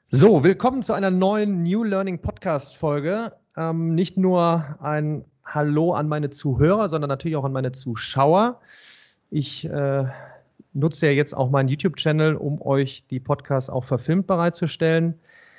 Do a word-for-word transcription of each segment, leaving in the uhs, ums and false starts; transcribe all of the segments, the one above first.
So, willkommen zu einer neuen New Learning Podcast Folge. Ähm, nicht nur ein Hallo an meine Zuhörer, sondern natürlich auch an meine Zuschauer. Ich äh, nutze ja jetzt auch meinen YouTube-Channel, um euch die Podcasts auch verfilmt bereitzustellen.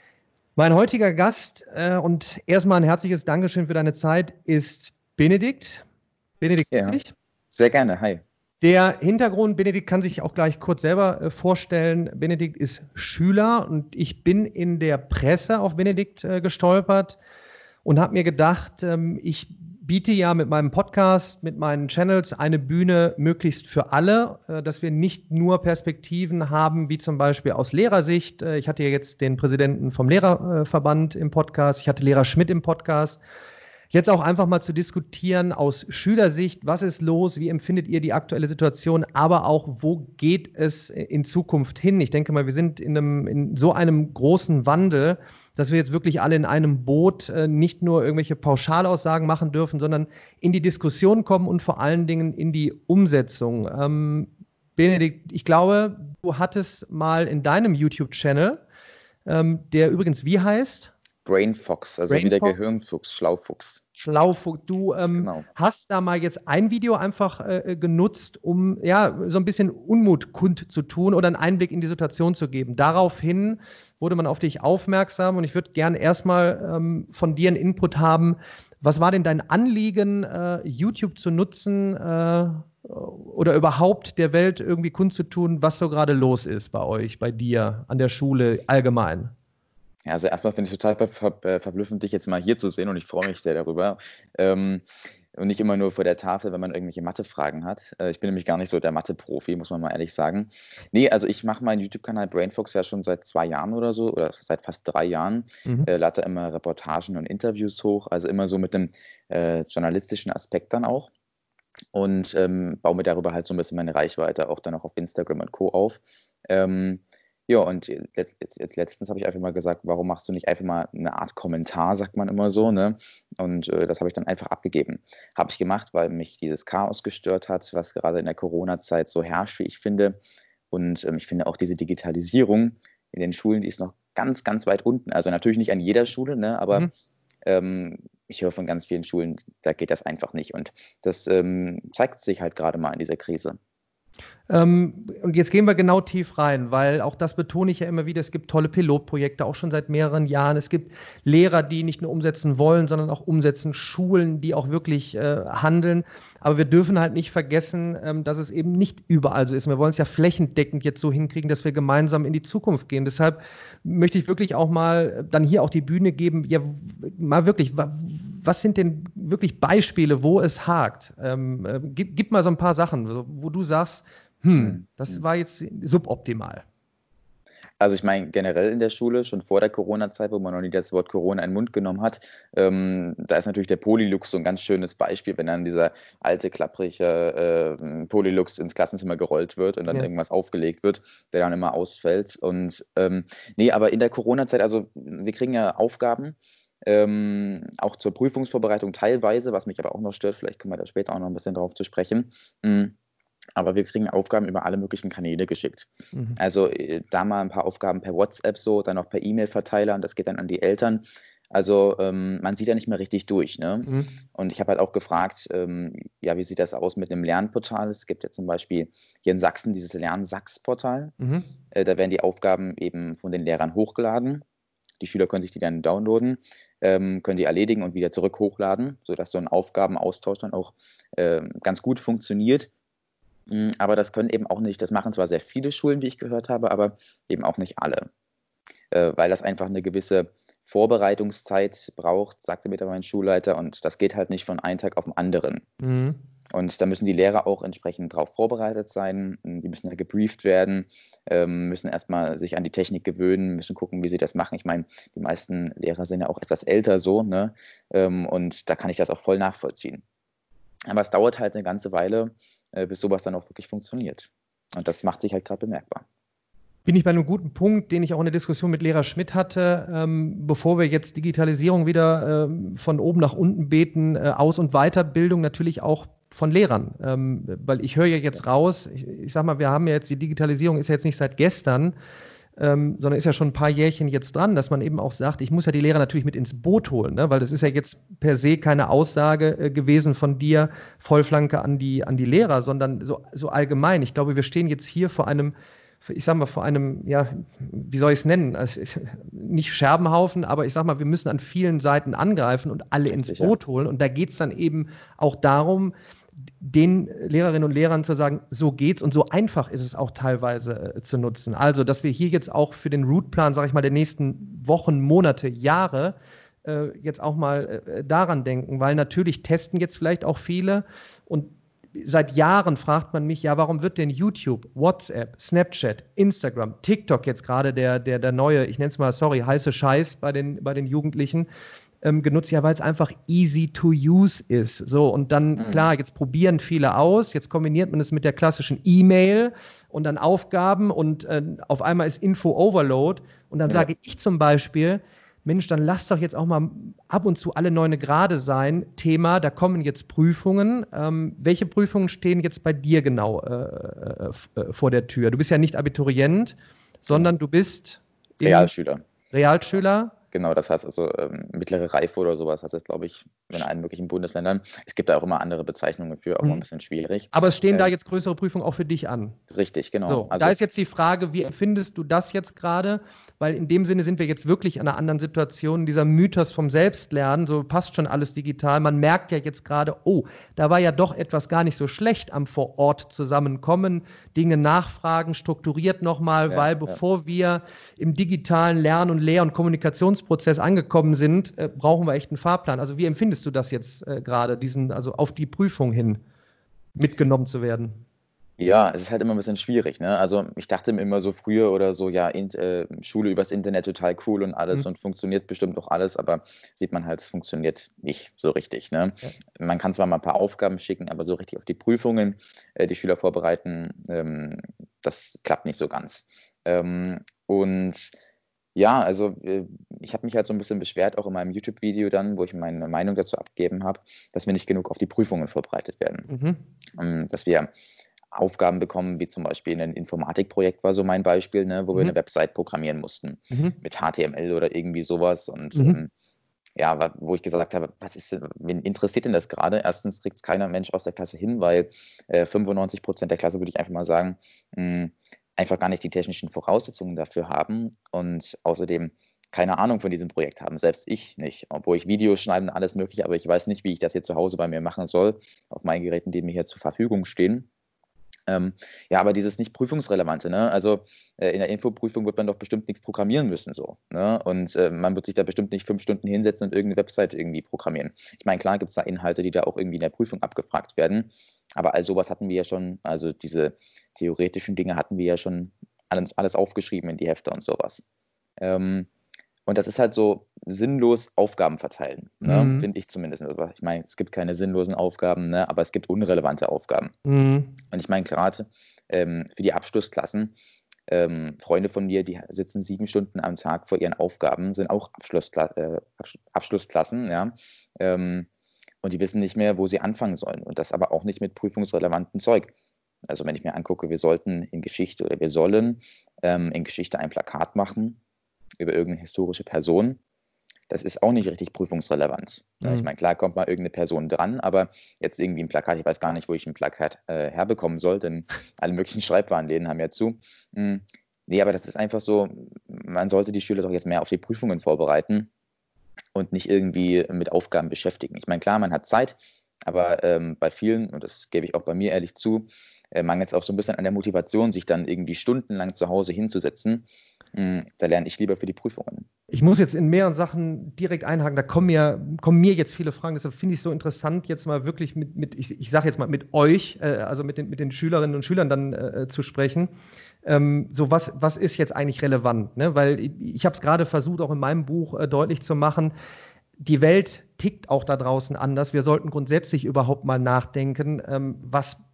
Mein heutiger Gast äh, und erstmal ein herzliches Dankeschön für deine Zeit ist Benedikt. Benedikt, Ja, dich? sehr gerne. Hi. Der Hintergrund, Benedikt kann sich auch gleich kurz selber äh, vorstellen. Benedikt ist Schüler und ich bin in der Presse auf Benedikt äh, gestolpert und habe mir gedacht, ähm, ich biete ja mit meinem Podcast, mit meinen Channels eine Bühne möglichst für alle, äh, dass wir nicht nur Perspektiven haben, wie zum Beispiel aus Lehrersicht. Äh, ich hatte ja jetzt den Präsidenten vom Lehrerverband im Podcast, ich hatte Lehrer Schmidt im Podcast. Jetzt auch einfach mal zu diskutieren aus Schülersicht, was ist los, wie empfindet ihr die aktuelle Situation, aber auch, wo geht es in Zukunft hin? Ich denke mal, wir sind in, einem, in so einem großen Wandel, dass wir jetzt wirklich alle in einem Boot äh, nicht nur irgendwelche Pauschalaussagen machen dürfen, sondern in die Diskussion kommen und vor allen Dingen in die Umsetzung. Ähm, Benedikt, ich glaube, du hattest mal in deinem YouTube-Channel, ähm, der übrigens wie heißt? Brain Fox, also wie der Brainfox? Gehirnfuchs, Schlaufuchs. Schlaufuchs. Du ähm, Genau. hast da mal jetzt ein Video einfach äh, genutzt, um ja so ein bisschen Unmut kundzutun oder einen Einblick in die Situation zu geben. Daraufhin wurde man auf dich aufmerksam und ich würde gerne erstmal ähm, von dir einen Input haben. Was war denn dein Anliegen, äh, YouTube zu nutzen äh, oder überhaupt der Welt irgendwie kundzutun, was so gerade los ist bei euch, bei dir, an der Schule allgemein? Ja, also erstmal finde ich total ver ver äh, verblüffend, dich jetzt mal hier zu sehen und ich freue mich sehr darüber. Ähm, und nicht immer nur vor der Tafel, wenn man irgendwelche Mathefragen hat. Äh, ich bin nämlich gar nicht so der Mathe-Profi, muss man mal ehrlich sagen. Ne, also ich mache meinen YouTube-Kanal Brainfox ja schon seit zwei Jahren oder so oder seit fast drei Jahren. Mhm. Äh, lade da immer Reportagen und Interviews hoch, also immer so mit 'nem äh, journalistischen Aspekt dann auch. Und ähm, baue mir darüber halt so ein bisschen meine Reichweite auch dann auch auf Instagram und Co. auf. Ähm, ja, und letzt, jetzt, jetzt letztens habe ich einfach mal gesagt, warum machst du nicht einfach mal eine Art Kommentar, sagt man immer so, ne? Und äh, das habe ich dann einfach abgegeben. Habe ich gemacht, weil mich dieses Chaos gestört hat, was gerade in der Corona-Zeit so herrscht, wie ich finde. Und ähm, ich finde auch diese Digitalisierung in den Schulen, die ist noch ganz, ganz weit unten. Also natürlich nicht an jeder Schule, ne? Aber Mhm. ähm, ich höre von ganz vielen Schulen, da geht das einfach nicht. Und das ähm, zeigt sich halt gerade mal in dieser Krise. Ähm, und jetzt gehen wir genau tief rein, weil auch das betone ich ja immer wieder, es gibt tolle Pilotprojekte, auch schon seit mehreren Jahren. Es gibt Lehrer, die nicht nur umsetzen wollen, sondern auch umsetzen, Schulen, die auch wirklich äh, handeln. Aber wir dürfen halt nicht vergessen, ähm, dass es eben nicht überall so ist. Wir wollen es ja flächendeckend jetzt so hinkriegen, dass wir gemeinsam in die Zukunft gehen. Deshalb möchte ich wirklich auch mal dann hier auch die Bühne geben, ja, mal wirklich, was sind denn wirklich Beispiele, wo es hakt? Ähm, äh, gib, gib mal so ein paar Sachen, wo du sagst, hm, Mhm. das war jetzt suboptimal. Also ich meine, generell in der Schule, schon vor der Corona-Zeit, wo man noch nie das Wort Corona in den Mund genommen hat, ähm, da ist natürlich der Polylux so ein ganz schönes Beispiel, wenn dann dieser alte, klapprige äh, Polylux ins Klassenzimmer gerollt wird und dann Ja. irgendwas aufgelegt wird, der dann immer ausfällt. Und ähm, nee, aber in der Corona-Zeit, also wir kriegen ja Aufgaben, ähm, auch zur Prüfungsvorbereitung teilweise, was mich aber auch noch stört, vielleicht kommen wir da später auch noch ein bisschen drauf zu sprechen. Mhm. Aber wir kriegen Aufgaben über alle möglichen Kanäle geschickt. Mhm. Also äh, da mal ein paar Aufgaben per WhatsApp so, dann auch per E-Mail-Verteiler und das geht dann an die Eltern. Also ähm, man sieht da nicht mehr richtig durch. Ne? Mhm. Und ich habe halt auch gefragt, ähm, ja, wie sieht das aus mit einem Lernportal? Es gibt ja zum Beispiel hier in Sachsen dieses Lernsachs-Portal. Mhm. Äh, da werden die Aufgaben eben von den Lehrern hochgeladen. Die Schüler können sich die dann downloaden, ähm, können die erledigen und wieder zurück hochladen, sodass so ein Aufgabenaustausch dann auch äh, ganz gut funktioniert. Hm, aber das können eben auch nicht, das machen zwar sehr viele Schulen, wie ich gehört habe, aber eben auch nicht alle, äh, weil das einfach eine gewisse Vorbereitungszeit braucht, sagte mir da mein Schulleiter, und das geht halt nicht von einem Tag auf den anderen. Mhm. Und da müssen die Lehrer auch entsprechend drauf vorbereitet sein. Hm, die müssen ja gebrieft werden, ähm, müssen erstmal sich an die Technik gewöhnen, müssen gucken, wie sie das machen. Ich meine, die meisten Lehrer sind ja auch etwas älter so, ne? Ähm, und da kann ich das auch voll nachvollziehen. Aber es dauert halt eine ganze Weile, äh, bis sowas dann auch wirklich funktioniert. Und das macht sich halt gerade bemerkbar. Bin ich bei einem guten Punkt, den ich auch in der Diskussion mit Lehrer Schmidt hatte, ähm, bevor wir jetzt Digitalisierung wieder ähm, von oben nach unten beten, äh, Aus- und Weiterbildung natürlich auch von Lehrern. Ähm, weil ich höre ja jetzt raus, ich, ich sag mal, wir haben ja jetzt, die Digitalisierung ist ja jetzt nicht seit gestern. ähm, sondern ist ja schon ein paar Jährchen jetzt dran, dass man eben auch sagt, ich muss ja die Lehrer natürlich mit ins Boot holen, ne? Weil das ist ja jetzt per se keine Aussage äh, gewesen von dir, Vollflanke an die, an die Lehrer, sondern so, so allgemein. Ich glaube, wir stehen jetzt hier vor einem, ich sag mal, vor einem, ja, wie soll ich es nennen? Also, nicht Scherbenhaufen, aber ich sag mal, wir müssen an vielen Seiten angreifen und alle ins Sicher. Boot holen. Und da geht es dann eben auch darum, den Lehrerinnen und Lehrern zu sagen, so geht's und so einfach ist es auch teilweise äh, zu nutzen. Also, dass wir hier jetzt auch für den Routeplan, sage ich mal, der nächsten Wochen, Monate, Jahre äh, jetzt auch mal äh, daran denken, weil natürlich testen jetzt vielleicht auch viele und seit Jahren fragt man mich, ja, warum wird denn YouTube, WhatsApp, Snapchat, Instagram, TikTok jetzt gerade der, der, der neue, ich nenne es mal, sorry, heiße Scheiß bei den, bei den Jugendlichen, ähm, genutzt, ja, weil es einfach easy to use ist. So, und dann, mhm. klar, jetzt probieren viele aus, jetzt kombiniert man es mit der klassischen E-Mail und dann Aufgaben und äh, auf einmal ist Info-Overload und dann ja. sage ich zum Beispiel, Mensch, dann lass doch jetzt auch mal ab und zu alle neune Grade sein. Thema, da kommen jetzt Prüfungen. Ähm, welche Prüfungen stehen jetzt bei dir genau äh, äh, vor der Tür? Du bist ja nicht Abiturient, sondern du bist Realschüler. Realschüler. Genau, das heißt also ähm, mittlere Reife oder sowas, das ist, glaube ich, in allen möglichen Bundesländern. Es gibt da auch immer andere Bezeichnungen für, auch mhm. mal ein bisschen schwierig. Aber es stehen ähm, da jetzt größere Prüfungen auch für dich an. Richtig, genau. So, also, da ist jetzt die Frage, wie empfindest du das jetzt gerade? Weil in dem Sinne sind wir jetzt wirklich in einer anderen Situation. Dieser Mythos vom Selbstlernen, so passt schon alles digital. Man merkt ja jetzt gerade, oh, da war ja doch etwas gar nicht so schlecht am Vor-Ort zusammenkommen, Dinge nachfragen, strukturiert nochmal, Ja, weil ja. bevor wir im digitalen Lern- und Lehr- und Kommunikationsprozess angekommen sind, äh, brauchen wir echt einen Fahrplan. Also wie empfindest du das jetzt äh, gerade, diesen, also auf die Prüfung hin mitgenommen zu werden? Ja, es ist halt immer ein bisschen schwierig, ne? Also, ich dachte mir immer so früher oder so, ja, int äh, Schule übers Internet total cool und alles Mhm. und funktioniert bestimmt auch alles, aber sieht man halt, es funktioniert nicht so richtig, ne? Ja. Man kann zwar mal ein paar Aufgaben schicken, aber so richtig auf die Prüfungen, äh, die Schüler vorbereiten, ähm, das klappt nicht so ganz. Ähm, und ja, also, äh, ich habe mich halt so ein bisschen beschwert, auch in meinem YouTube-Video dann, wo ich meine Meinung dazu abgegeben habe, dass wir nicht genug auf die Prüfungen vorbereitet werden. Mhm. Ähm, dass wir Aufgaben bekommen, wie zum Beispiel ein Informatikprojekt war so mein Beispiel, ne, wo wir Mhm. eine Website programmieren mussten Mhm. mit H T M L oder irgendwie sowas. Und Mhm. ähm, ja, wa- wo ich gesagt habe, was ist denn, wen interessiert denn das gerade? Erstens kriegt es keiner Mensch aus der Klasse hin, weil äh, fünfundneunzig Prozent der Klasse, würde ich einfach mal sagen, mh, einfach gar nicht die technischen Voraussetzungen dafür haben und außerdem keine Ahnung von diesem Projekt haben. Selbst ich nicht, obwohl ich Videos schneide und alles Mögliche, aber ich weiß nicht, wie ich das hier zu Hause bei mir machen soll, auf meinen Geräten, die mir hier zur Verfügung stehen. Ähm, ja, aber dieses nicht Prüfungsrelevante, ne? Also, äh, in der Infoprüfung wird man doch bestimmt nichts programmieren müssen so, ne? Und, äh, man wird sich da bestimmt nicht fünf Stunden hinsetzen und irgendeine Website irgendwie programmieren. Ich meine, klar gibt's da Inhalte, die da auch irgendwie in der Prüfung abgefragt werden, aber all sowas hatten wir ja schon, also diese theoretischen Dinge hatten wir ja schon alles alles aufgeschrieben in die Hefte und sowas. Ähm und das ist halt so sinnlos Aufgaben verteilen, ne? Mhm. Finde ich zumindest. Also, ich meine, es gibt keine sinnlosen Aufgaben, ne, aber es gibt unrelevante Aufgaben. Mhm. Und ich meine, gerade ähm, für die Abschlussklassen, ähm, Freunde von mir, die sitzen sieben Stunden am Tag vor ihren Aufgaben, sind auch Abschlusskla äh, Absch Abschlussklassen, ja, ähm, und die wissen nicht mehr, wo sie anfangen sollen und das aber auch nicht mit prüfungsrelevantem Zeug. Also, wenn ich mir angucke, wir sollten in Geschichte oder wir sollen, ähm, in Geschichte ein Plakat machen über irgendeine historische Person. Das ist auch nicht richtig prüfungsrelevant. Ja, ich Mhm. meine, klar kommt mal irgendeine Person dran, aber jetzt irgendwie ein Plakat, ich weiß gar nicht, wo ich ein Plakat äh, herbekommen soll, denn alle möglichen Schreibwarenläden haben ja zu. Hm, ne, aber das ist einfach so, man sollte die Schüler doch jetzt mehr auf die Prüfungen vorbereiten und nicht irgendwie mit Aufgaben beschäftigen. Ich meine, klar, man hat Zeit, aber ähm, bei vielen, und das gebe ich auch bei mir ehrlich zu, äh, mangelt es auch so ein bisschen an der Motivation, sich dann irgendwie stundenlang zu Hause hinzusetzen. Hm, da lerne ich lieber für die Prüfungen. Ich muss jetzt in mehreren Sachen direkt einhaken, da kommen mir, kommen mir jetzt viele Fragen, deshalb finde ich es so interessant, jetzt mal wirklich mit, mit ich, ich sage jetzt mal mit euch, äh, also mit den, mit den Schülerinnen und Schülern dann äh, zu sprechen. Ähm, so, was, was ist jetzt eigentlich relevant? Ne? Weil ich, ich habe es gerade versucht, auch in meinem Buch äh, deutlich zu machen, die Welt tickt auch da draußen anders. Wir sollten grundsätzlich überhaupt mal nachdenken, ähm, was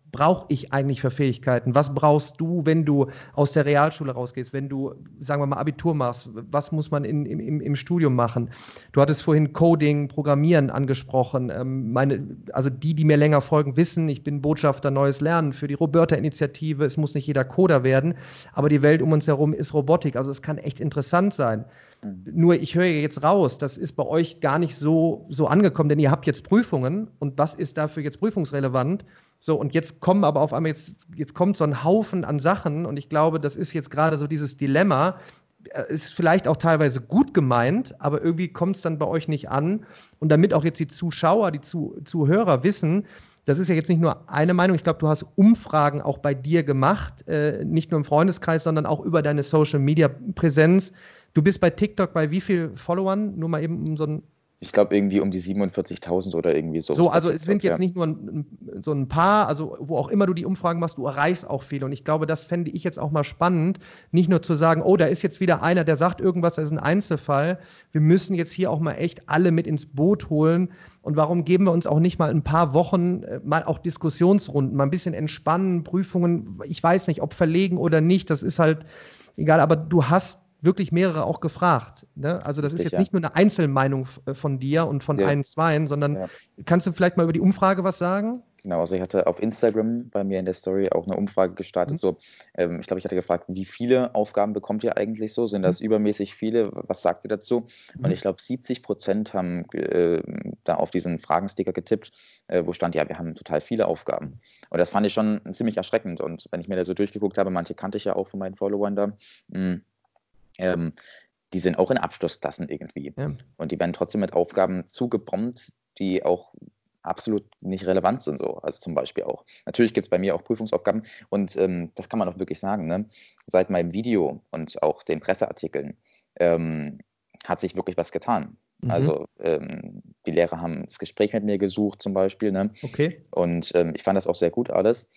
brauche ich eigentlich für Fähigkeiten? Was brauchst du, wenn du aus der Realschule rausgehst, wenn du, sagen wir mal, Abitur machst? Was muss man in, im, im Studium machen? Du hattest vorhin Coding, Programmieren angesprochen. Ähm, meine, also die, die mir länger folgen, wissen, ich bin Botschafter Neues Lernen für die Roberta-Initiative. Es muss nicht jeder Coder werden, aber die Welt um uns herum ist Robotik. Also es kann echt interessant sein. Mhm. Nur ich höre jetzt raus, das ist bei euch gar nicht so, so angekommen, denn ihr habt jetzt Prüfungen und was ist dafür jetzt prüfungsrelevant? So, und jetzt kommen aber auf einmal, jetzt, jetzt kommt so ein Haufen an Sachen und ich glaube, das ist jetzt gerade so dieses Dilemma, äh, ist vielleicht auch teilweise gut gemeint, aber irgendwie kommt es dann bei euch nicht an. Und damit auch jetzt die Zuschauer, die Zu Zuhörer wissen, das ist ja jetzt nicht nur eine Meinung, ich glaube, du hast Umfragen auch bei dir gemacht, äh, nicht nur im Freundeskreis, sondern auch über deine Social-Media-Präsenz. Du bist bei TikTok bei wie vielen Followern? Nur mal eben um so ein. Ich glaube irgendwie um die siebenundvierzigtausend oder irgendwie so So, bei also es sind TikTok, jetzt ja. nicht nur ein, so ein paar, also wo auch immer du die Umfragen machst, du erreichst auch viele. Und ich glaube, das fände ich jetzt auch mal spannend, nicht nur zu sagen, oh, da ist jetzt wieder einer, der sagt irgendwas, das ist ein Einzelfall. Wir müssen jetzt hier auch mal echt alle mit ins Boot holen. Und warum geben wir uns auch nicht mal ein paar Wochen äh, mal auch Diskussionsrunden, mal ein bisschen entspannen, Prüfungen, ich weiß nicht, ob verlegen oder nicht, das ist halt egal, aber du hast wirklich mehrere auch gefragt. Ne? Also das ist Richtig, jetzt ja. nicht nur eine Einzelmeinung f- von dir und von Ja, ein, zweien, sondern ja. kannst du vielleicht mal über die Umfrage was sagen? Genau, also ich hatte auf Instagram bei mir in der Story auch eine Umfrage Mhm. gestartet, so, ähm, ich glaube, ich hatte gefragt: „Wie viele Aufgaben bekommt ihr eigentlich so? Sind Mhm. das übermäßig viele? W was sagt ihr dazu?“ Und Mhm. ich glaube, siebzig haben ge ähm, da auf diesen Fragensticker getippt, äh, wo stand: „Ja, wir haben total viele Aufgaben.“ Und das fand ich schon ziemlich erschreckend. Und wenn ich mir da so durchgeguckt habe, manche kannte ich ja auch von meinen Followern da, hm, ähm, die sind auch in Abschlussklassen irgendwie. Ja. Und die werden trotzdem mit Aufgaben zugebombt, die auch absolut nicht relevant sind so. Also, zum Beispiel auch natürlich gibt es bei mir auch Prüfungsaufgaben und, ähm, das kann man auch wirklich sagen, ne? Seit meinem Video und auch den Presseartikeln, ähm, hat sich wirklich was getan. Mhm. Also, ähm, die Lehrer haben das Gespräch mit mir gesucht zum Beispiel, ne? Okay. Und, ähm, ich fand das auch sehr gut alles.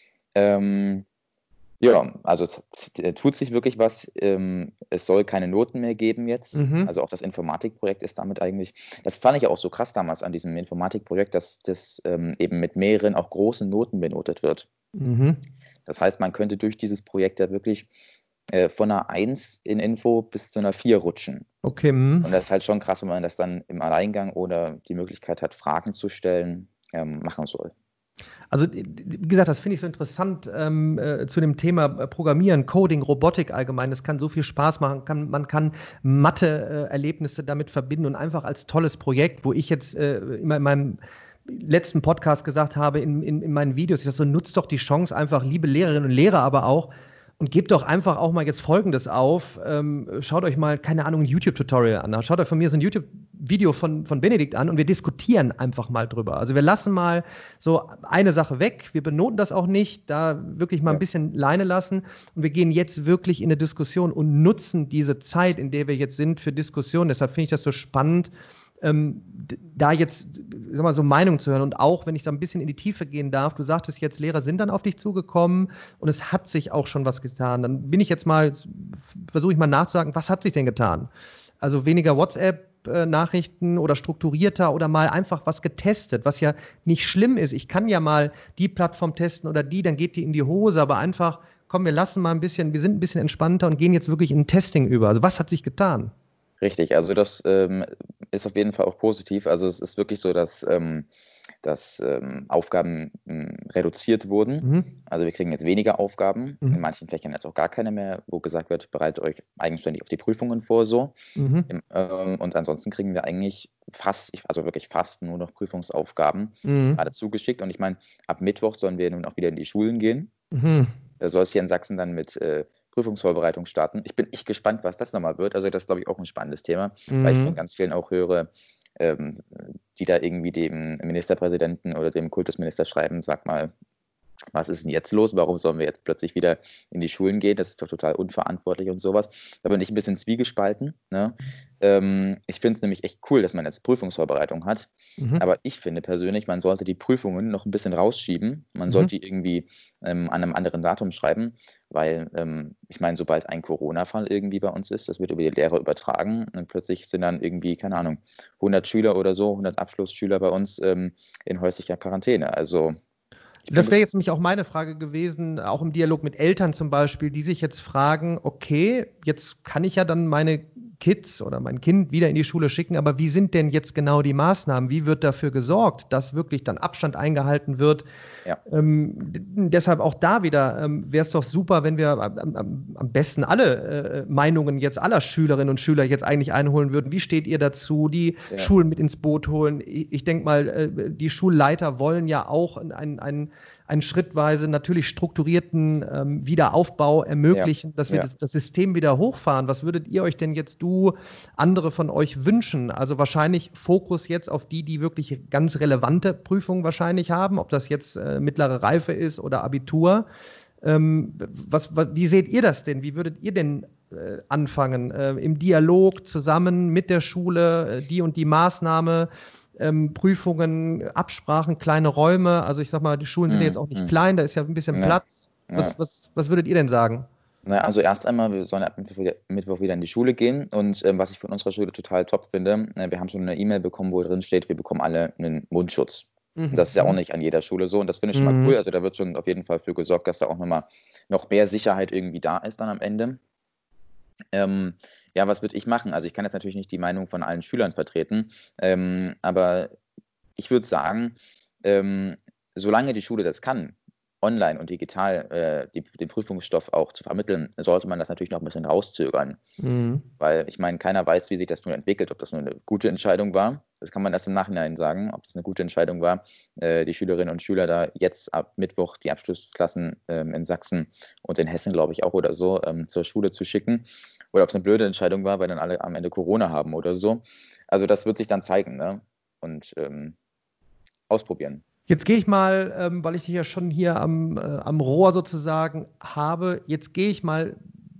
Ähm ja, also es t äh, tut sich wirklich was. Ähm, es soll keine Noten mehr geben jetzt. Mhm. Also auch das Informatikprojekt ist damit eigentlich das fand ich auch so krass damals an diesem Informatikprojekt, dass das, ähm, eben mit mehreren, auch großen Noten benotet wird. Mhm. Das heißt, man könnte durch dieses Projekt ja wirklich, äh, von 'ner eins in Info bis zu 'ner vier rutschen. Okay. Mhm. Und das ist halt schon krass, wenn man das dann im Alleingang oder die Möglichkeit hat, Fragen zu stellen, ähm, machen soll. Also, d- d- wie gesagt, das finde ich so interessant ähm, äh, zu dem Thema äh, Programmieren, Coding, Robotik allgemein. Das kann so viel Spaß machen. Kann, man kann Mathe-Erlebnisse damit verbinden und einfach als tolles Projekt, wo ich jetzt äh, immer in meinem letzten Podcast gesagt habe, in, in, in meinen Videos, ich sage so, nutzt doch die Chance einfach, liebe Lehrerinnen und Lehrer aber auch, und gebt doch einfach auch mal jetzt Folgendes auf. Ähm, schaut euch mal, keine Ahnung, ein YouTube-Tutorial an. Schaut euch von mir so ein YouTube-Video von, von Benedikt an und wir diskutieren einfach mal drüber. Also wir lassen mal so eine Sache weg. Wir benoten das auch nicht, da wirklich mal ein Ja, bisschen Leine lassen. Und wir gehen jetzt wirklich in eine Diskussion und nutzen diese Zeit, in der wir jetzt sind, für Diskussionen. Deshalb finde ich das so spannend, ähm, da jetzt sag mal, so Meinung zu hören. Und auch, wenn ich da ein bisschen in die Tiefe gehen darf, du sagtest jetzt, Lehrer sind dann auf dich zugekommen und es hat sich auch schon was getan. Dann bin ich jetzt mal, versuche ich mal nachzusagen, was hat sich denn getan? Also weniger WhatsApp-Nachrichten oder strukturierter oder mal einfach was getestet, was ja nicht schlimm ist. Ich kann ja mal die Plattform testen oder die, dann geht die in die Hose, aber einfach, komm, wir lassen mal ein bisschen, wir sind ein bisschen entspannter und gehen jetzt wirklich in Testing über. Also was hat sich getan? richtig. Also das, ähm, ist auf jeden Fall auch positiv. Also, es ist wirklich so, dass, ähm dass, ähm, Aufgaben, hm, reduziert wurden. Mhm. Also, wir kriegen jetzt weniger Aufgaben, in Mhm. manchen Fächern jetzt auch gar keine mehr, wo gesagt wird: „Bereitet euch eigenständig auf die Prüfungen vor“, so. Mhm. Im ähm, und ansonsten kriegen wir eigentlich fast ich also wirklich fast nur noch Prüfungsaufgaben Mhm. gerade zugeschickt. Und ich meine, ab Mittwoch sollen wir nun auch wieder in die Schulen gehen. Mhm. Da soll es hier in Sachsen dann mit, äh, Prüfungsvorbereitung starten. Ich bin echt gespannt, was das noch mal wird. Also, das ist, glaube ich, auch 'n spannendes Thema, weil ich von Mhm. ganz vielen auch höre, ähm, die da irgendwie dem Ministerpräsidenten oder dem Kultusminister schreiben: „Sag mal, was ist denn jetzt los? Warum sollen wir jetzt plötzlich wieder in die Schulen gehen? Das ist doch total unverantwortlich“ und sowas. Da bin ich ein bisschen zwiegespalten, ne? Ähm, ich finde es nämlich echt cool, dass man jetzt Prüfungsvorbereitung hat, Mhm. aber ich finde persönlich, man sollte die Prüfungen noch ein bisschen rausschieben. Man Mhm. sollte die irgendwie, ähm, an einem anderen Datum schreiben, weil, ähm, ich meine, sobald ein Corona-Fall irgendwie bei uns ist, das wird über die Lehrer übertragen und plötzlich sind dann irgendwie, keine Ahnung, hundert Schüler oder so, hundert Abschlussschüler bei uns, ähm, in häuslicher Quarantäne. Also Das wäre jetzt nämlich auch meine Frage gewesen, auch im Dialog mit Eltern zum Beispiel, die sich jetzt fragen, okay, jetzt kann ich ja dann meine Kids oder mein Kind wieder in die Schule schicken, aber wie sind denn jetzt genau die Maßnahmen? Wie wird dafür gesorgt, dass wirklich dann Abstand eingehalten wird? Ja. Ähm, deshalb auch da wieder ähm, wäre es doch super, wenn wir am, am, am besten alle äh, Meinungen jetzt aller Schülerinnen und Schüler jetzt eigentlich einholen würden. Wie steht ihr dazu? Die Ja. Schulen mit ins Boot holen. Ich, ich denke mal, äh, die Schulleiter wollen ja auch einen, einen, einen schrittweise natürlich strukturierten ähm, Wiederaufbau ermöglichen, Ja. dass wir Ja. das, das System wieder hochfahren. Was würdet ihr euch denn jetzt, du, andere von euch wünschen? Also wahrscheinlich Fokus jetzt auf die, die wirklich ganz relevante Prüfungen wahrscheinlich haben, ob das jetzt äh, mittlere Reife ist oder Abitur. Ähm, was, was, wie seht ihr das denn? Wie würdet ihr denn äh, anfangen? Äh, im Dialog zusammen mit der Schule, äh, die und die Maßnahme, ähm, Prüfungen, Absprachen, kleine Räume. Also ich sag mal, die Schulen sind ja jetzt auch nicht Mhm. klein, da ist ja ein bisschen Ja. Platz. Ja. Was, was, was würdet ihr denn sagen? Na, also erst einmal, wir sollen ab Mittwoch wieder, Mittwoch wieder in die Schule gehen. Und ähm, was ich von unserer Schule total top finde, äh, wir haben schon eine E-Mail bekommen, wo drin steht, wir bekommen alle einen Mundschutz. Mhm. Das ist ja auch nicht an jeder Schule so und das finde ich schon mal Mhm. cool. Also da wird schon auf jeden Fall für gesorgt, dass da auch noch mal noch mehr Sicherheit irgendwie da ist dann am Ende. Ähm, ja, was würde ich machen? Also ich kann jetzt natürlich nicht die Meinung von allen Schülern vertreten, ähm, aber ich würde sagen, ähm, solange die Schule das kann, online und digital äh, die, den Prüfungsstoff auch zu vermitteln, sollte man das natürlich noch ein bisschen rauszögern. Mhm. Weil ich meine, keiner weiß, wie sich das nun entwickelt, ob das nur eine gute Entscheidung war. Das kann man erst im Nachhinein sagen, ob das eine gute Entscheidung war, äh, die Schülerinnen und Schüler da jetzt ab Mittwoch die Abschlussklassen ähm, in Sachsen und in Hessen, glaube ich, auch oder so, ähm, zur Schule zu schicken. Oder ob es eine blöde Entscheidung war, weil dann alle am Ende Corona haben oder so. Also das wird sich dann zeigen, ne? Und ähm, ausprobieren. Jetzt gehe ich mal, ähm, weil ich dich ja schon hier am, äh, am Rohr sozusagen habe, jetzt gehe ich mal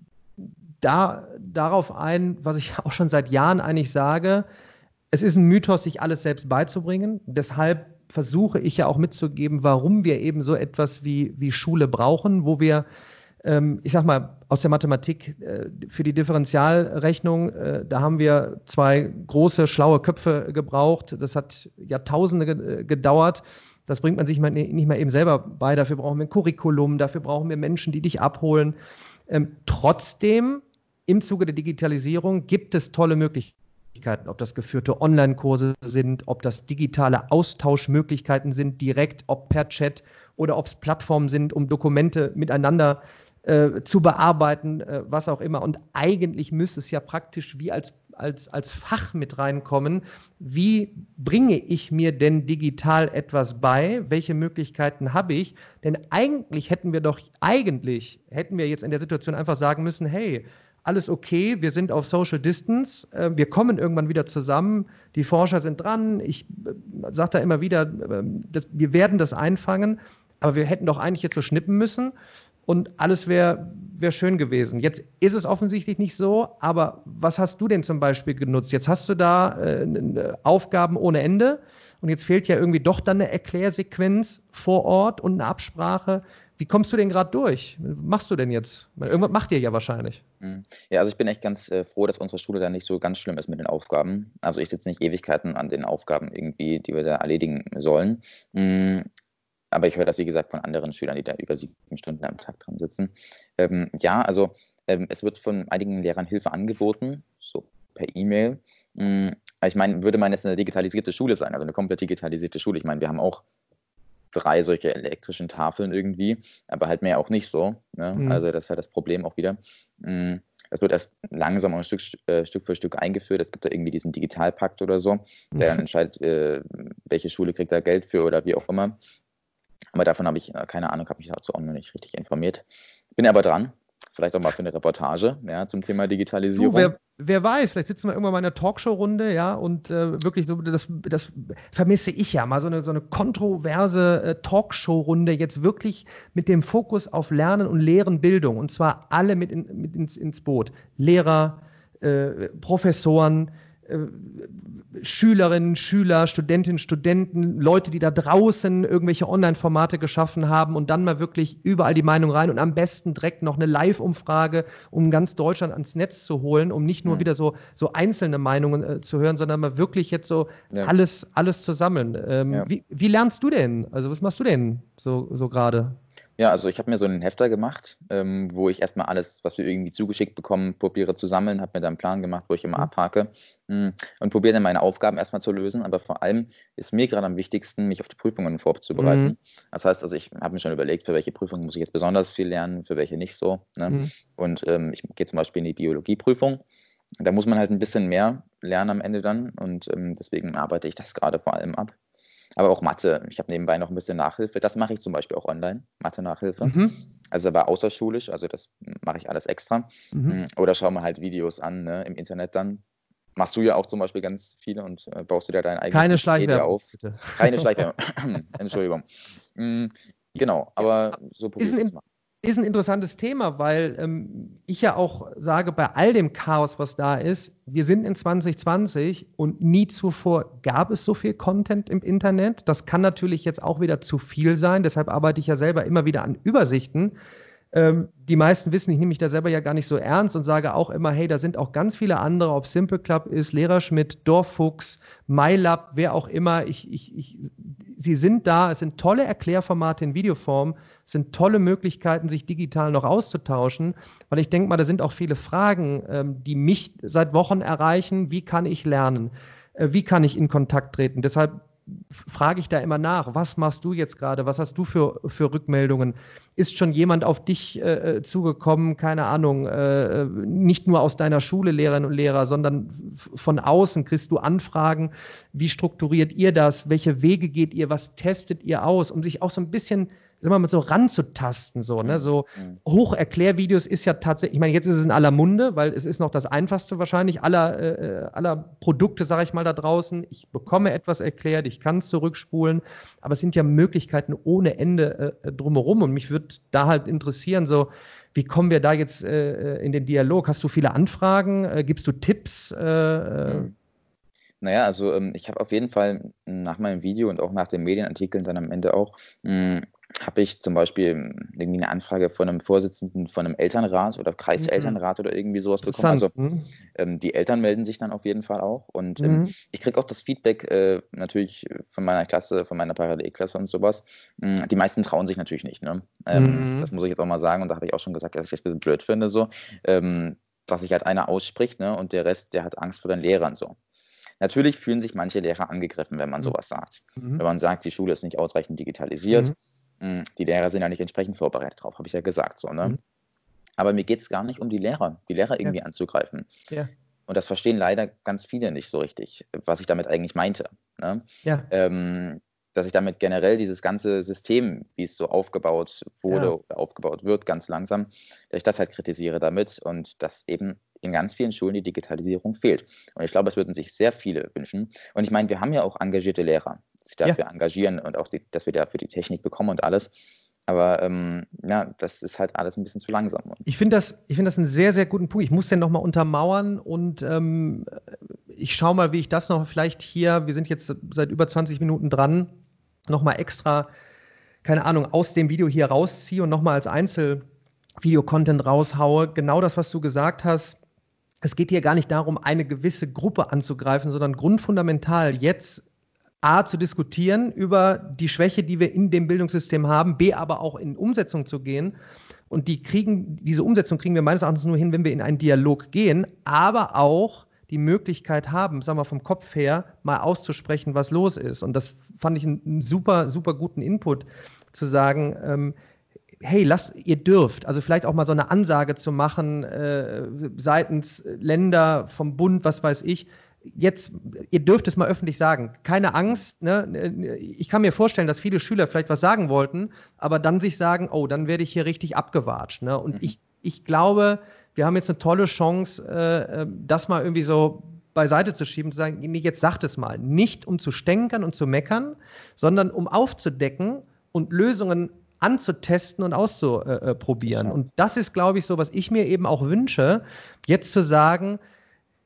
da, darauf ein, was ich auch schon seit Jahren eigentlich sage. Es ist ein Mythos, sich alles selbst beizubringen. Deshalb versuche ich ja auch mitzugeben, warum wir eben so etwas wie, wie Schule brauchen, wo wir, ähm, ich sag mal, aus der Mathematik äh, für die Differentialrechnung, äh, da haben wir zwei große, schlaue Köpfe gebraucht. Das hat Jahrtausende ge gedauert. Das bringt man sich mal nicht mal eben selber bei. Dafür brauchen wir ein Curriculum, dafür brauchen wir Menschen, die dich abholen. Ähm, trotzdem, im Zuge der Digitalisierung gibt es tolle Möglichkeiten, ob das geführte Online-Kurse sind, ob das digitale Austauschmöglichkeiten sind, direkt, ob per Chat oder ob es Plattformen sind, um Dokumente miteinander äh, zu bearbeiten, äh, was auch immer. Und eigentlich müsste es ja praktisch wie als, als, als Fach mit reinkommen. Wie bringe ich mir denn digital etwas bei? Welche Möglichkeiten habe ich? Denn eigentlich hätten wir doch, eigentlich hätten wir jetzt in der Situation einfach sagen müssen, hey, alles okay, wir sind auf Social Distance, äh, wir kommen irgendwann wieder zusammen, die Forscher sind dran, ich äh, sage da immer wieder, äh, das, wir werden das einfangen, aber wir hätten doch eigentlich jetzt so schnippen müssen und alles wäre wär schön gewesen. Jetzt ist es offensichtlich nicht so, aber was hast du denn zum Beispiel genutzt? Jetzt hast du da äh, Aufgaben ohne Ende und jetzt fehlt ja irgendwie doch dann eine Erklärsequenz vor Ort und eine Absprache. Wie kommst du denn gerade durch? Was machst du denn jetzt? Irgendwas macht ihr ja wahrscheinlich. Ja, also ich bin echt ganz äh, froh, dass unsere Schule da nicht so ganz schlimm ist mit den Aufgaben. Also ich sitze nicht Ewigkeiten an den Aufgaben irgendwie, die wir da erledigen sollen. Mm, aber ich höre das, wie gesagt, von anderen Schülern, die da über sieben Stunden am Tag dran sitzen. Ähm, ja, also ähm, es wird von einigen Lehrern Hilfe angeboten, so per E-Mail. Mm, aber ich meine, würde man jetzt eine digitalisierte Schule sein, also eine komplett digitalisierte Schule, ich meine, wir haben auch drei solche elektrischen Tafeln irgendwie, aber halt mehr auch nicht so. Ne? Mhm. Also das ist halt das Problem auch wieder. Das wird erst langsam und Stück, äh, Stück für Stück eingeführt. Es gibt da irgendwie diesen Digitalpakt oder so, der dann entscheidet, äh, welche Schule kriegt da Geld für oder wie auch immer. Aber davon habe ich äh, keine Ahnung, habe mich dazu auch noch nicht richtig informiert. Bin aber dran. Vielleicht auch mal für eine Reportage, ja, zum Thema Digitalisierung. Du, wer, wer weiß, vielleicht sitzen wir irgendwann mal in einer Talkshow-Runde, ja, und äh, wirklich so, das, das vermisse ich ja, mal so eine, so eine kontroverse äh, Talkshow-Runde, jetzt wirklich mit dem Fokus auf Lernen und Lehren, Bildung, und zwar alle mit, in, mit ins, ins Boot. Lehrer, äh, Professoren, äh, Schülerinnen, Schüler, Studentinnen, Studenten, Leute, die da draußen irgendwelche Online-Formate geschaffen haben und dann mal wirklich überall die Meinung rein und am besten direkt noch eine Live-Umfrage, um ganz Deutschland ans Netz zu holen, um nicht nur Mhm. wieder so, so einzelne Meinungen äh, zu hören, sondern mal wirklich jetzt so Ja. alles, alles zu sammeln. Ähm, Ja. wie, wie lernst du denn? Also was machst du denn so, so gerade? Ja, also ich habe mir so einen Hefter gemacht, ähm, wo ich erstmal alles, was wir irgendwie zugeschickt bekommen, probiere zu sammeln, habe mir da einen Plan gemacht, wo ich immer Mhm. abhake, hm, und probiere dann meine Aufgaben erstmal zu lösen. Aber vor allem ist mir gerade am wichtigsten, mich auf die Prüfungen vorzubereiten. Mhm. Das heißt, also ich habe mir schon überlegt, für welche Prüfung muss ich jetzt besonders viel lernen, für welche nicht so, ne? Mhm. Und ähm, ich gehe zum Beispiel in die Biologieprüfung. Da muss man halt ein bisschen mehr lernen am Ende dann und ähm, deswegen arbeite ich das gerade vor allem ab. Aber auch Mathe. Ich habe nebenbei noch ein bisschen Nachhilfe. Das mache ich zum Beispiel auch online, Mathe-Nachhilfe. Mhm. Also aber außerschulisch, also das mache ich alles extra. Mhm. Hm, Oder schaue mir halt Videos an, ne, im Internet dann. Machst du ja auch zum Beispiel ganz viele und äh, baust dir da dein eigenes Keine Wikipedia Schleichwerbung, auf. bitte. Keine Schleichwerbung. Entschuldigung. Hm, Genau, Ja, aber so ist probiere ich ein, das in- zu machen. ist ein interessantes Thema, weil ähm, ich ja auch sage, bei all dem Chaos, was da ist, wir sind in zwanzig zwanzig und nie zuvor gab es so viel Content im Internet. Das kann natürlich jetzt auch wieder zu viel sein. Deshalb arbeite ich ja selber immer wieder an Übersichten. Ähm, die meisten wissen, ich nehme mich da selber ja gar nicht so ernst und sage auch immer, hey, da sind auch ganz viele andere, ob Simple Club ist, Lehrerschmidt, Dorffuchs, MyLab, wer auch immer. Ich, ich, ich, sie sind da, es sind tolle Erklärformate in Videoform, es sind tolle Möglichkeiten, sich digital noch auszutauschen, weil ich denke mal, da sind auch viele Fragen, ähm, die mich seit Wochen erreichen. Wie kann ich lernen? Äh, wie kann ich in Kontakt treten? Deshalb frage ich da immer nach, was machst du jetzt gerade? Was hast du für, für Rückmeldungen? Ist schon jemand auf dich äh, zugekommen, keine Ahnung, äh, nicht nur aus deiner Schule, Lehrerinnen und Lehrer, sondern von außen kriegst du Anfragen. Wie strukturiert ihr das? Welche Wege geht ihr? Was testet ihr aus? Um sich auch so ein bisschen, sagen wir mal, so ranzutasten, so, ne? Mhm. So Mhm. Hocherklärvideos ist ja tatsächlich, ich meine, jetzt ist es in aller Munde, weil es ist noch das einfachste wahrscheinlich aller, äh, aller Produkte, sage ich mal, da draußen. Ich bekomme etwas erklärt, ich kann es zurückspulen, aber es sind ja Möglichkeiten ohne Ende äh, drumherum und mich würde da halt interessieren, so, wie kommen wir da jetzt äh, in den Dialog? Hast du viele Anfragen? Äh, gibst du Tipps? Äh, äh, Mhm. Naja, also ähm, ich habe auf jeden Fall nach meinem Video und auch nach den Medienartikeln dann am Ende auch, hm, habe ich zum Beispiel hm, irgendwie eine Anfrage von einem Vorsitzenden von einem Elternrat oder mhm. Kreiselternrat oder irgendwie sowas bekommen. Interessant. Also Mhm. ähm, die Eltern melden sich dann auf jeden Fall auch und ähm, Mhm. ich kriege auch das Feedback äh, natürlich von meiner Klasse, von meiner Parallelklasse und sowas. Hm, Die meisten trauen sich natürlich nicht, ne? Ähm, das Mhm. muss ich jetzt auch mal sagen und da habe ich auch schon gesagt, dass ich das ein bisschen blöd finde so, ähm, dass sich halt einer ausspricht, ne, und der Rest, der hat Angst vor den Lehrern so. Natürlich fühlen sich manche Lehrer angegriffen, wenn man sowas sagt. Mhm. Wenn man sagt, die Schule ist nicht ausreichend Mhm. digitalisiert, hm, die Lehrer sind ja nicht entsprechend vorbereitet drauf, habe ich ja gesagt so, ne? Mhm. Aber mir geht es gar nicht um die Lehrer, die Lehrer Ja, irgendwie anzugreifen. ja, Und das verstehen leider ganz viele nicht so richtig, was ich damit eigentlich meinte, ne? ja, Ähm, Dass ich damit generell dieses ganze System, wie es so aufgebaut ja. wurde oder aufgebaut wird, ganz langsam, dass ich das halt kritisiere damit und dass eben in ganz vielen Schulen die Digitalisierung fehlt. Und ich glaube, es würden sich sehr viele wünschen. Und ich meine, wir haben ja auch engagierte Lehrer, die sich Ja, dafür engagieren und auch, die, dass wir dafür die Technik bekommen und alles. Aber ähm, ja, das ist halt alles ein bisschen zu langsam. Und, ich finde das, ich find das einen sehr, sehr guten Punkt. Ich muss den nochmal untermauern und ähm, ich schaue mal, wie ich das noch vielleicht hier, wir sind jetzt seit über zwanzig Minuten dran, nochmal extra, keine Ahnung, aus dem Video hier rausziehe und nochmal als Einzelvideo-Content raushaue. Genau das, was du gesagt hast. Es geht hier gar nicht darum, eine gewisse Gruppe anzugreifen, sondern grundfundamental jetzt A, zu diskutieren über die Schwäche, die wir in dem Bildungssystem haben, B, aber auch in Umsetzung zu gehen. Und die kriegen, diese Umsetzung kriegen wir meines Erachtens nur hin, wenn wir in einen Dialog gehen, aber auch die Möglichkeit haben, sagen wir vom Kopf her, mal auszusprechen, was los ist. Und das fand ich einen super, super guten Input, zu sagen, ähm, hey, lasst, ihr dürft, also vielleicht auch mal so eine Ansage zu machen, äh, seitens Länder, vom Bund, was weiß ich, jetzt, ihr dürft es mal öffentlich sagen. Keine Angst, ne? Ich kann mir vorstellen, dass viele Schüler vielleicht was sagen wollten, aber dann sich sagen, oh, dann werde ich hier richtig abgewatscht, ne? Und mhm. ich, ich glaube, wir haben jetzt eine tolle Chance, äh, das mal irgendwie so beiseite zu schieben, zu sagen, nee, jetzt sagt es mal. Nicht um zu stänkern und zu meckern, sondern um aufzudecken und Lösungen anzutesten und auszuprobieren. Total. Und das ist, glaube ich, so, was ich mir eben auch wünsche, jetzt zu sagen,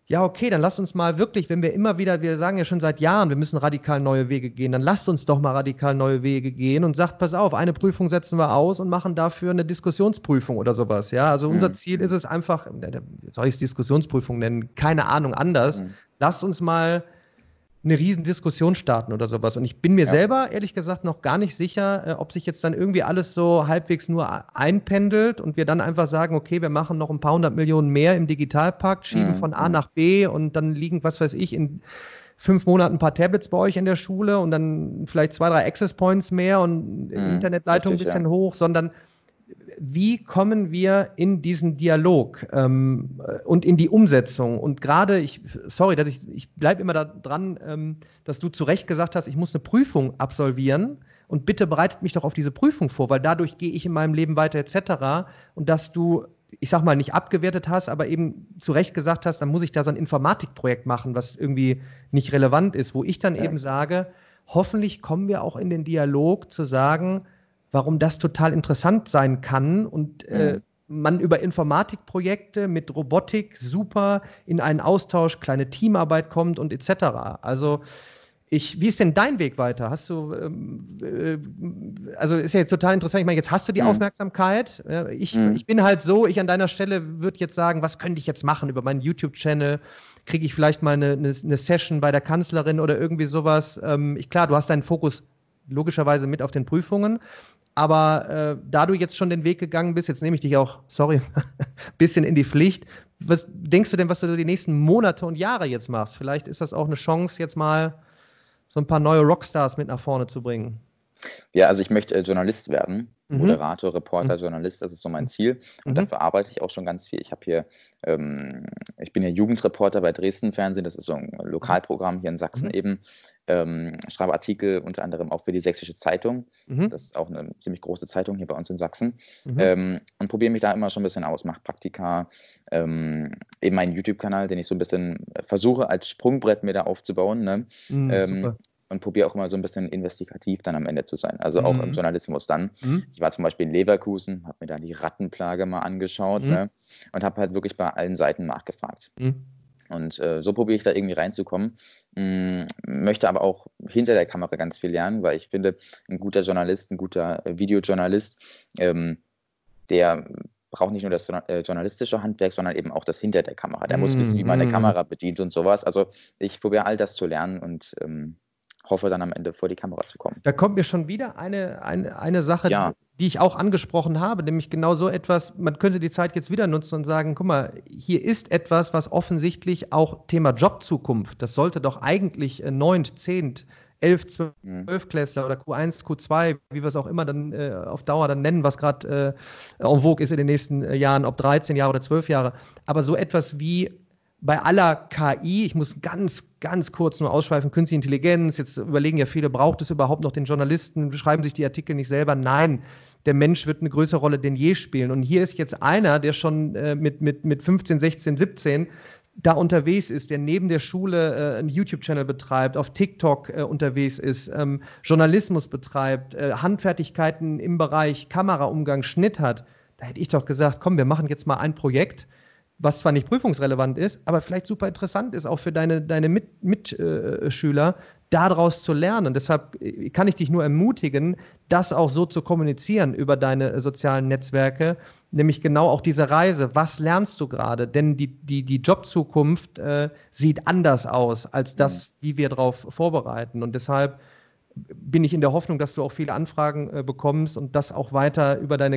Ja, okay, dann lasst uns mal wirklich, wenn wir immer wieder, wir sagen ja schon seit Jahren, wir müssen radikal neue Wege gehen, dann lasst uns doch mal radikal neue Wege gehen und sagt, pass auf, eine Prüfung setzen wir aus und machen dafür eine Diskussionsprüfung oder sowas. Ja, also unser Mhm. Ziel ist es einfach, soll ich es Diskussionsprüfung nennen? Keine Ahnung, anders. Mhm. Lasst uns mal eine riesen Diskussion starten oder sowas. Und ich bin mir Ja. selber, ehrlich gesagt, noch gar nicht sicher, äh, ob sich jetzt dann irgendwie alles so halbwegs nur einpendelt und wir dann einfach sagen, okay, wir machen noch ein paar hundert Millionen mehr im Digitalpakt, schieben Mhm. von A Mhm. nach B und dann liegen, was weiß ich, in fünf Monaten ein paar Tablets bei euch in der Schule und dann vielleicht zwei, drei Access Points mehr und Mhm. Internetleitung ein Richtig, ja. bisschen hoch, sondern wie kommen wir in diesen Dialog ähm, und in die Umsetzung? Und gerade, ich, sorry, dass ich, ich bleibe immer da dran, ähm, dass du zu Recht gesagt hast, ich muss eine Prüfung absolvieren und bitte bereitet mich doch auf diese Prüfung vor, weil dadurch gehe ich in meinem Leben weiter et cetera. Und dass du, ich sag mal, nicht abgewertet hast, aber eben zu Recht gesagt hast, dann muss ich da so ein Informatikprojekt machen, was irgendwie nicht relevant ist, wo ich dann Ja. eben sage, hoffentlich kommen wir auch in den Dialog zu sagen, warum das total interessant sein kann und äh, Mhm. man über Informatikprojekte mit Robotik super in einen Austausch, kleine Teamarbeit kommt und et cetera. Also ich, wie ist denn dein Weg weiter? Hast du, ähm, äh, also ist ja jetzt total interessant, ich meine, jetzt hast du die Mhm. Aufmerksamkeit. Äh, ich, Mhm. ich bin halt so, ich an deiner Stelle würde jetzt sagen, was könnte ich jetzt machen über meinen YouTube-Channel? Kriege ich vielleicht mal eine, eine, eine Session bei der Kanzlerin oder irgendwie sowas? Ähm, ich, klar, du hast deinen Fokus logischerweise mit auf den Prüfungen. Aber äh, da du jetzt schon den Weg gegangen bist, jetzt nehme ich dich auch, sorry, ein bisschen in die Pflicht. Was denkst du denn, was du die nächsten Monate und Jahre jetzt machst? Vielleicht ist das auch eine Chance, jetzt mal so ein paar neue Rockstars mit nach vorne zu bringen. Ja, also ich möchte äh, Journalist werden. Mhm. Moderator, Reporter, Mhm. Journalist, das ist so mein Ziel. Und Mhm. dafür arbeite ich auch schon ganz viel. Ich habe hier, ähm, ich bin ja Jugendreporter bei Dresden Fernsehen, das ist so ein Mhm. Lokalprogramm hier in Sachsen Mhm. eben. Ähm, schreibe Artikel unter anderem auch für die Sächsische Zeitung. Mhm. Das ist auch eine ziemlich große Zeitung hier bei uns in Sachsen. Mhm. Ähm, und probiere mich da immer schon ein bisschen aus, mache Praktika, ähm, eben meinen YouTube-Kanal, den ich so ein bisschen äh, versuche als Sprungbrett mir da aufzubauen, ne? Mhm. Ähm, Super. und probiere auch immer so ein bisschen investigativ dann am Ende zu sein, also auch im Mhm. Journalismus dann. Mhm. Ich war zum Beispiel in Leverkusen, habe mir da die Rattenplage mal angeschaut, Mhm. ne, und habe halt wirklich bei allen Seiten nachgefragt. Mhm. Und, äh, so probiere ich da irgendwie reinzukommen, hm, möchte aber auch hinter der Kamera ganz viel lernen, weil ich finde, 'n guter Journalist, 'n guter, äh, Videojournalist, ähm, der braucht nicht nur das journa äh, journalistische Handwerk, sondern eben auch das hinter der Kamera. Der muss wissen, wie man 'ne Mhm. Kamera bedient und so was. Also, ich probiere all das zu lernen und, ähm, hoffe dann am Ende vor die Kamera zu kommen. Da kommt mir schon wieder eine, eine, eine Sache, Ja. die ich auch angesprochen habe, nämlich genau so etwas, man könnte die Zeit jetzt wieder nutzen und sagen, guck mal, hier ist etwas, was offensichtlich auch Thema Jobzukunft, das sollte doch eigentlich äh, neunt, zehnt, elf, Mhm. zwölftklässler oder Q eins, Q zwei, wie wir es auch immer dann äh, auf Dauer dann nennen, was gerade äh, en vogue ist in den nächsten äh, Jahren, ob dreizehn Jahre oder zwölf Jahre, aber so etwas wie bei aller K I, ich muss ganz, ganz kurz nur ausschweifen, Künstliche Intelligenz, jetzt überlegen ja viele, braucht es überhaupt noch den Journalisten, schreiben sich die Artikel nicht selber? Nein, der Mensch wird eine größere Rolle denn je spielen. Und hier ist jetzt einer, der schon äh, mit, mit, mit fünfzehn, sechzehn, siebzehn da unterwegs ist, der neben der Schule äh, einen YouTube-Channel betreibt, auf TikTok äh, unterwegs ist, ähm, Journalismus betreibt, äh, Handfertigkeiten im Bereich Kameraumgang, Schnitt hat. Da hätte ich doch gesagt, komm, wir machen jetzt mal ein Projekt, was zwar nicht prüfungsrelevant ist, aber vielleicht super interessant ist, auch für deine, deine Mitschüler, Mit, äh, Schüler, daraus zu lernen. Deshalb äh, kann ich dich nur ermutigen, das auch so zu kommunizieren über deine äh, sozialen Netzwerke, nämlich genau auch diese Reise. Was lernst du gerade? Denn die, die, die Jobzukunft äh, sieht anders aus als Mhm. das, wie wir darauf vorbereiten. Und deshalb bin ich in der Hoffnung, dass du auch viele Anfragen äh, bekommst und das auch weiter über deine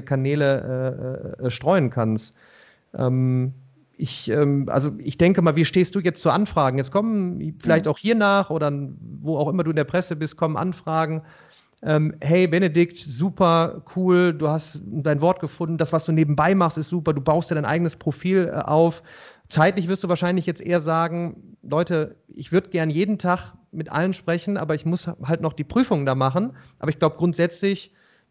Kanäle äh, äh, streuen kannst. Ähm, ich, ähm, also ich denke mal, wie stehst du jetzt zu Anfragen? Jetzt kommen vielleicht Mhm. auch hier nach oder wo auch immer du in der Presse bist, kommen Anfragen. Ähm, hey Benedikt, super cool, du hast dein Wort gefunden, das, was du nebenbei machst, ist super, du baust dir dein eigenes Profil äh, auf. Zeitlich wirst du wahrscheinlich jetzt eher sagen, Leute, ich würde gern jeden Tag mit allen sprechen, aber ich muss halt noch die Prüfungen da machen. Aber ich glaube, grundsätzlich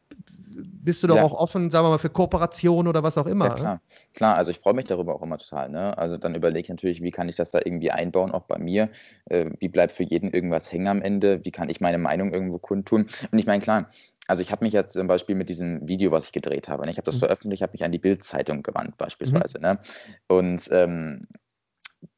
bist du doch Ja. auch offen, sagen wir mal, für Kooperation oder was auch Ja immer. klar, klar, also ich freue mich darüber auch immer total, ne? Also, dann überlege ich natürlich, wie kann ich das da irgendwie einbauen, auch bei mir? Äh, wie bleibt für jeden irgendwas hängen am Ende? Wie kann ich meine Meinung irgendwo kundtun? Und ich meine, klar, also ich habe mich jetzt zum Beispiel mit diesem Video, was ich gedreht habe, ne, ich habe das Mhm. veröffentlicht, habe mich an die Bild-Zeitung gewandt Mhm. beispielsweise, ne? Und, ähm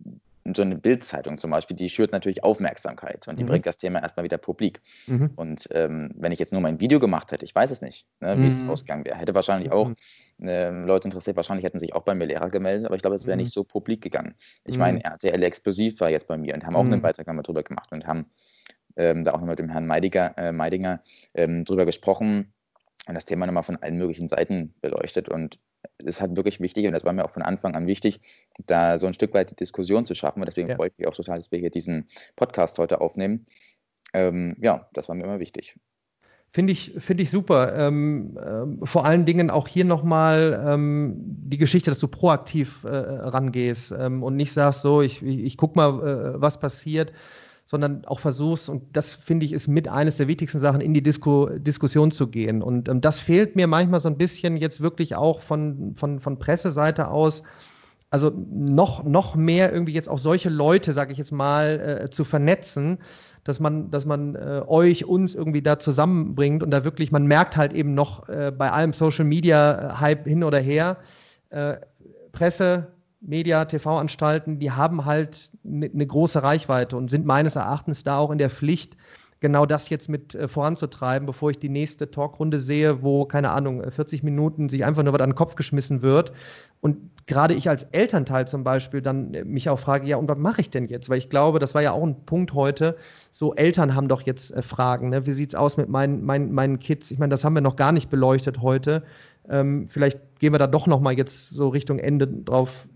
so eine Bild-Zeitung zum Beispiel, die schürt natürlich Aufmerksamkeit und die Mhm. bringt das Thema erstmal wieder publik. Mhm. Und ähm, wenn ich jetzt nur mein Video gemacht hätte, ich weiß es nicht, ne, wie es Mhm. ausgegangen wäre, hätte wahrscheinlich auch Mhm. ähm, Leute interessiert, wahrscheinlich hätten sich auch bei mir Lehrer gemeldet, aber ich glaube, es wäre Mhm. nicht so publik gegangen. Ich meine, Mhm. R T L Explosiv war jetzt bei mir und haben auch einen Mhm. Beitrag nochmal drüber gemacht und haben ähm, da auch noch mit dem Herrn Meidiger, äh, Meidinger ähm, drüber gesprochen und das Thema nochmal von allen möglichen Seiten beleuchtet. Und es ist halt wirklich wichtig, und das war mir auch von Anfang an wichtig, da so ein Stück weit die Diskussion zu schaffen. Und deswegen Ja. freue ich mich auch total, dass wir hier diesen Podcast heute aufnehmen. Ähm, ja, das war mir immer wichtig. Finde ich, finde ich super. Ähm, ähm, vor allen Dingen auch hier nochmal ähm, die Geschichte, dass du proaktiv äh, rangehst ähm, und nicht sagst, so, ich, ich, ich guck mal, äh, was passiert, sondern auch versuchst, und das finde ich ist mit eines der wichtigsten Sachen, in die Disku Diskussion zu gehen. Und ähm, das fehlt mir manchmal so ein bisschen jetzt wirklich auch von, von, von Presseseite aus. Also noch, noch mehr irgendwie jetzt auch solche Leute, sage ich jetzt mal, äh, zu vernetzen, dass man, dass man äh, euch, uns irgendwie da zusammenbringt und da wirklich, man merkt halt eben noch äh, bei allem Social Media Hype hin oder her, äh, Presse, Media, T V-Anstalten, die haben halt eine ne große Reichweite und sind meines Erachtens da auch in der Pflicht, genau das jetzt mit äh, voranzutreiben, bevor ich die nächste Talkrunde sehe, wo, keine Ahnung, vierzig Minuten sich einfach nur was an den Kopf geschmissen wird. Und gerade ich als Elternteil zum Beispiel dann äh, mich auch frage, ja, und was mache ich denn jetzt? Weil ich glaube, das war ja auch ein Punkt heute, so Eltern haben doch jetzt äh, Fragen, ne? Wie sieht es aus mit meinen, meinen, meinen Kids? Ich meine, das haben wir noch gar nicht beleuchtet heute. Ähm, vielleicht gehen wir da doch noch mal jetzt so Richtung Ende drauf,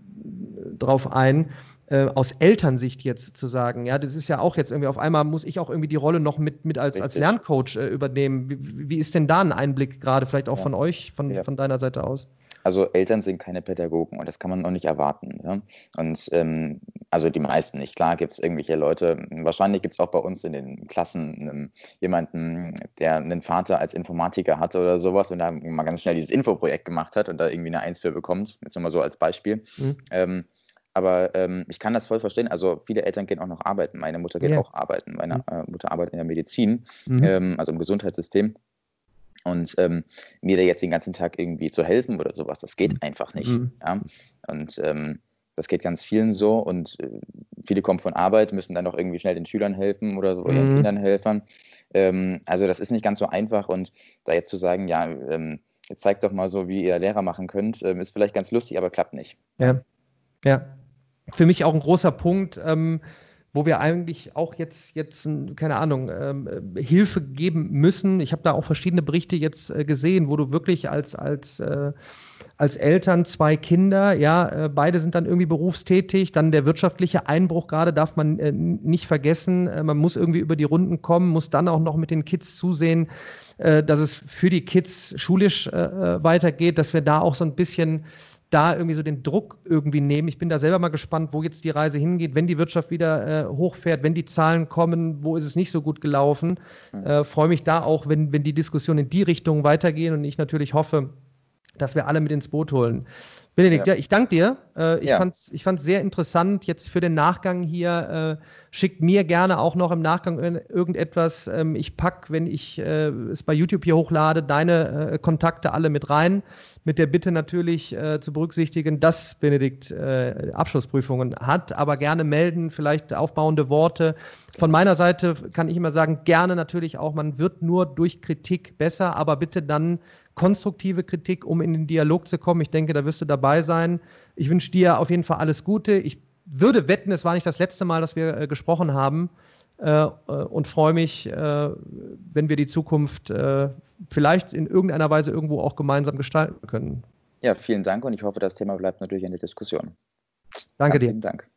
drauf ein. Äh, aus Elternsicht jetzt zu sagen, ja, das ist ja auch jetzt irgendwie, auf einmal muss ich auch irgendwie die Rolle noch mit, mit als, als Richtig. Lerncoach äh, übernehmen. Wie, wie ist denn da ein Einblick gerade, vielleicht auch Ja. von euch, von, Ja. von deiner Seite aus? Also Eltern sind keine Pädagogen und das kann man auch nicht erwarten. Ja? Und ähm, also die meisten nicht. Klar gibt es irgendwelche Leute, wahrscheinlich gibt es auch bei uns in den Klassen ähm, jemanden, der einen Vater als Informatiker hatte oder sowas und da mal ganz schnell dieses Infoprojekt gemacht hat und da irgendwie eine Eins für bekommt. Jetzt nochmal so als Beispiel. Mhm. Ähm, aber ähm, ich kann das voll verstehen. Also viele Eltern gehen auch noch arbeiten. Meine Mutter geht Ja. auch arbeiten. Meine äh, Mutter arbeitet in der Medizin, Mhm. ähm, also im Gesundheitssystem. Und ähm, mir da jetzt den ganzen Tag irgendwie zu helfen oder sowas, das geht einfach nicht. Mhm. Ja? Und ähm, das geht ganz vielen so. Und äh, viele kommen von Arbeit, müssen dann noch irgendwie schnell den Schülern helfen oder so, ihren Mhm. Kindern helfen. Ähm, also das ist nicht ganz so einfach. Und da jetzt zu sagen, ja, ähm, jetzt zeigt doch mal so, wie ihr Lehrer machen könnt, ähm, ist vielleicht ganz lustig, aber klappt nicht. Ja, ja. Für mich auch ein großer Punkt, ähm, wo wir eigentlich auch jetzt, jetzt keine Ahnung, ähm, äh, Hilfe geben müssen. Ich habe da auch verschiedene Berichte jetzt äh, gesehen, wo du wirklich als, als, äh, als Eltern zwei Kinder, ja, äh, beide sind dann irgendwie berufstätig, dann der wirtschaftliche Einbruch gerade darf man äh, nicht vergessen. Äh, man muss irgendwie über die Runden kommen, muss dann auch noch mit den Kids zusehen, äh, dass es für die Kids schulisch äh, weitergeht, dass wir da auch so ein bisschen da irgendwie so den Druck irgendwie nehmen. Ich bin da selber mal gespannt, wo jetzt die Reise hingeht, wenn die Wirtschaft wieder äh, hochfährt, wenn die Zahlen kommen, wo ist es nicht so gut gelaufen. Mhm. Äh, freue mich da auch, wenn, wenn die Diskussionen in die Richtung weitergehen und ich natürlich hoffe, dass wir alle mit ins Boot holen. Benedikt, ja, Ja. ich danke dir. Äh, ich Ja. fand es ich fand's sehr interessant jetzt für den Nachgang hier. Äh, schickt mir gerne auch noch im Nachgang ir- irgendetwas. Ähm, ich packe, wenn ich äh, es bei YouTube hier hochlade, deine äh, Kontakte alle mit rein. Mit der Bitte natürlich äh, zu berücksichtigen, dass Benedikt äh, Abschlussprüfungen hat, aber gerne melden, vielleicht aufbauende Worte. Von meiner Seite kann ich immer sagen, gerne natürlich auch, man wird nur durch Kritik besser, aber bitte dann konstruktive Kritik, um in den Dialog zu kommen. Ich denke, da wirst du dabei sein. Ich wünsche dir auf jeden Fall alles Gute. Ich würde wetten, es war nicht das letzte Mal, dass wir äh, gesprochen haben äh, und freue mich, äh, wenn wir die Zukunft äh, vielleicht in irgendeiner Weise irgendwo auch gemeinsam gestalten können. Ja, vielen Dank und ich hoffe, das Thema bleibt natürlich in der Diskussion. Danke Ganz dir. lieben Dank.